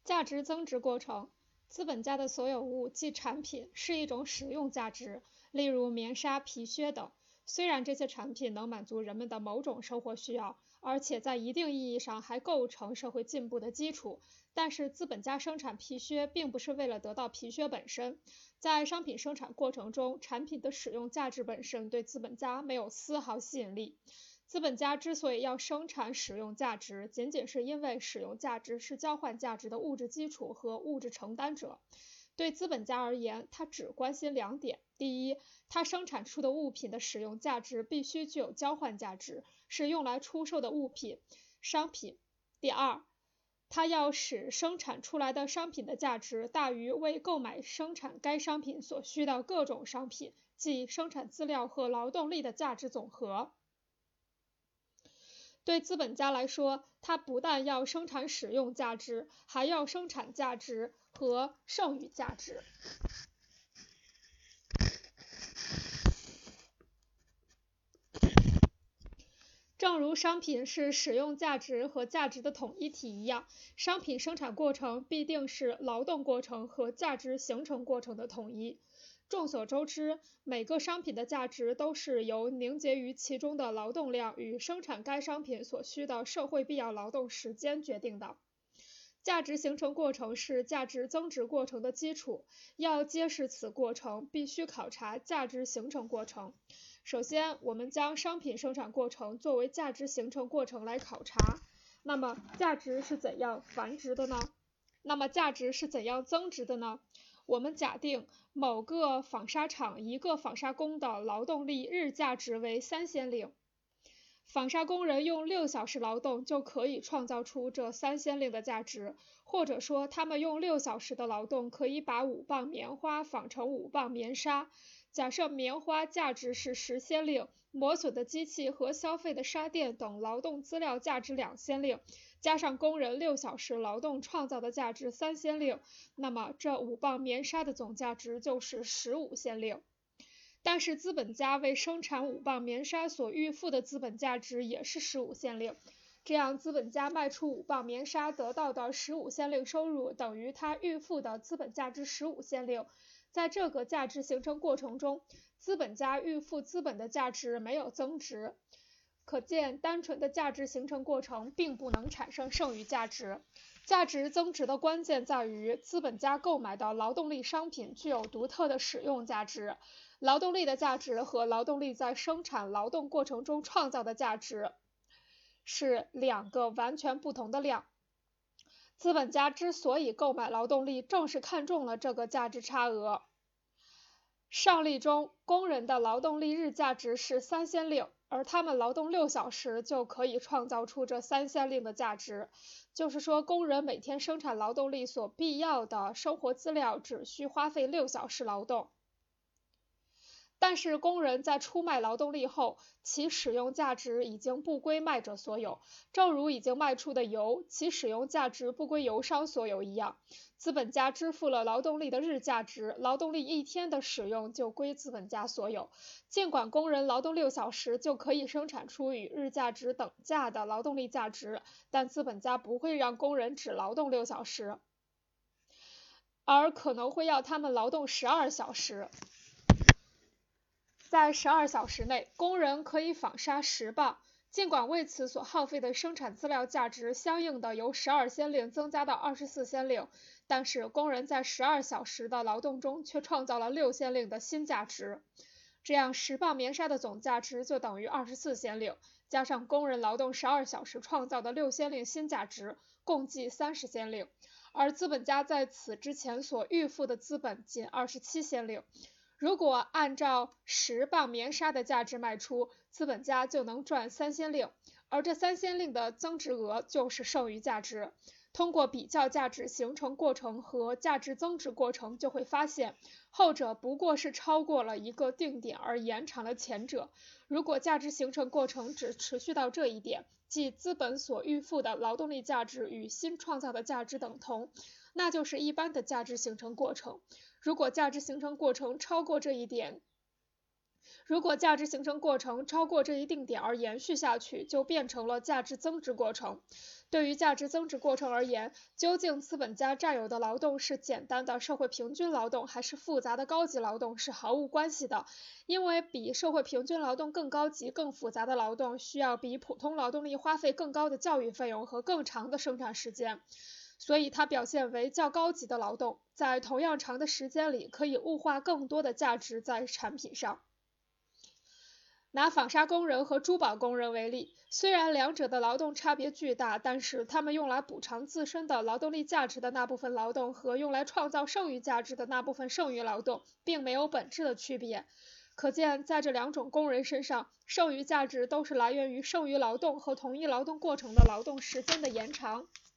价值增值过程，资本家的所有物即产品是一种使用价值，例如棉纱、皮靴等。虽然这些产品能满足人们的某种生活需要，而且在一定意义上还构成社会进步的基础，但是资本家生产皮靴并不是为了得到皮靴本身。在商品生产过程中，产品的使用价值本身对资本家没有丝毫吸引力。资本家之所以要生产使用价值，仅仅是因为使用价值是交换价值的物质基础和物质承担者。对资本家而言，他只关心两点：第一，他生产出的物品的使用价值必须具有交换价值，是用来出售的物品、商品；第二，他要使生产出来的商品的价值大于为购买生产该商品所需的各种商品，即生产资料和劳动力的价值总和。对资本家来说，他不但要生产使用价值，还要生产价值和剩余价值。正如商品是使用价值和价值的统一体一样，商品生产过程必定是劳动过程和价值形成过程的统一。众所周知，每个商品的价值都是由凝结于其中的劳动量与生产该商品所需的社会必要劳动时间决定的。价值形成过程是价值增值过程的基础，要揭示此过程，必须考察价值形成过程。首先，我们将商品生产过程作为价值形成过程来考察。那么，价值是怎样繁殖的呢？那么，价值是怎样增值的呢？我们假定某个纺纱厂一个纺纱工的劳动力日价值为3先令，纺纱工人用6小时劳动就可以创造出这3先令的价值，或者说他们用6小时的劳动可以把5磅棉花纺成5磅棉纱。假设棉花价值是10先令，磨损的机器和消费的纱电等劳动资料价值2先令，加上工人6小时劳动创造的价值3先令，那么这5磅棉纱的总价值就是15先令。但是资本家为生产5磅棉纱所预付的资本价值也是15先令，这样资本家卖出5磅棉纱得到的15先令收入等于他预付的资本价值15先令。在这个价值形成过程中，资本家预付资本的价值没有增值，可见单纯的价值形成过程并不能产生剩余价值。价值增值的关键在于资本家购买的劳动力商品具有独特的使用价值。劳动力的价值和劳动力在生产劳动过程中创造的价值是两个完全不同的量。资本家之所以购买劳动力，正是看中了这个价值差额。上例中，工人的劳动力日价值是3先令，而他们劳动6小时就可以创造出这3先令的价值。就是说，工人每天生产劳动力所必要的生活资料只需花费6小时劳动。但是工人在出卖劳动力后，其使用价值已经不归卖者所有，正如已经卖出的油，其使用价值不归油商所有一样。资本家支付了劳动力的日价值，劳动力1天的使用就归资本家所有。尽管工人劳动6小时就可以生产出与日价值等价的劳动力价值，但资本家不会让工人只劳动6小时，而可能会要他们劳动12小时。在12小时内，工人可以纺纱10磅，尽管为此所耗费的生产资料价值相应的由12先令增加到24先令，但是工人在12小时的劳动中却创造了6先令的新价值。这样10磅棉纱的总价值就等于24先令，加上工人劳动12小时创造的6先令新价值，共计30先令，而资本家在此之前所预付的资本仅27先令。如果按照10磅棉纱的价值卖出，资本家就能赚3先令，而这3先令的增值额就是剩余价值。通过比较价值形成过程和价值增值过程，就会发现后者不过是超过了一个定点而延长了前者。如果价值形成过程只持续到这一点，即资本所预付的劳动力价值与新创造的价值等同，那就是一般的价值形成过程。如果价值形成过程超过这一定点而延续下去，就变成了价值增值过程。 对于价值增值过程而言，究竟资本家占有的劳动是简单的社会平均劳动还是复杂的高级劳动是毫无关系的，因为比社会平均劳动更高级、更复杂的劳动需要比普通劳动力花费更高的教育费用和更长的生产时间。所以它表现为较高级的劳动，在同样长的时间里可以物化更多的价值在产品上。拿纺纱工人和珠宝工人为例，虽然两者的劳动差别巨大，但是他们用来补偿自身的劳动力价值的那部分劳动和用来创造剩余价值的那部分剩余劳动并没有本质的区别。可见，在这两种工人身上，剩余价值都是来源于剩余劳动和同一劳动过程的劳动时间的延长。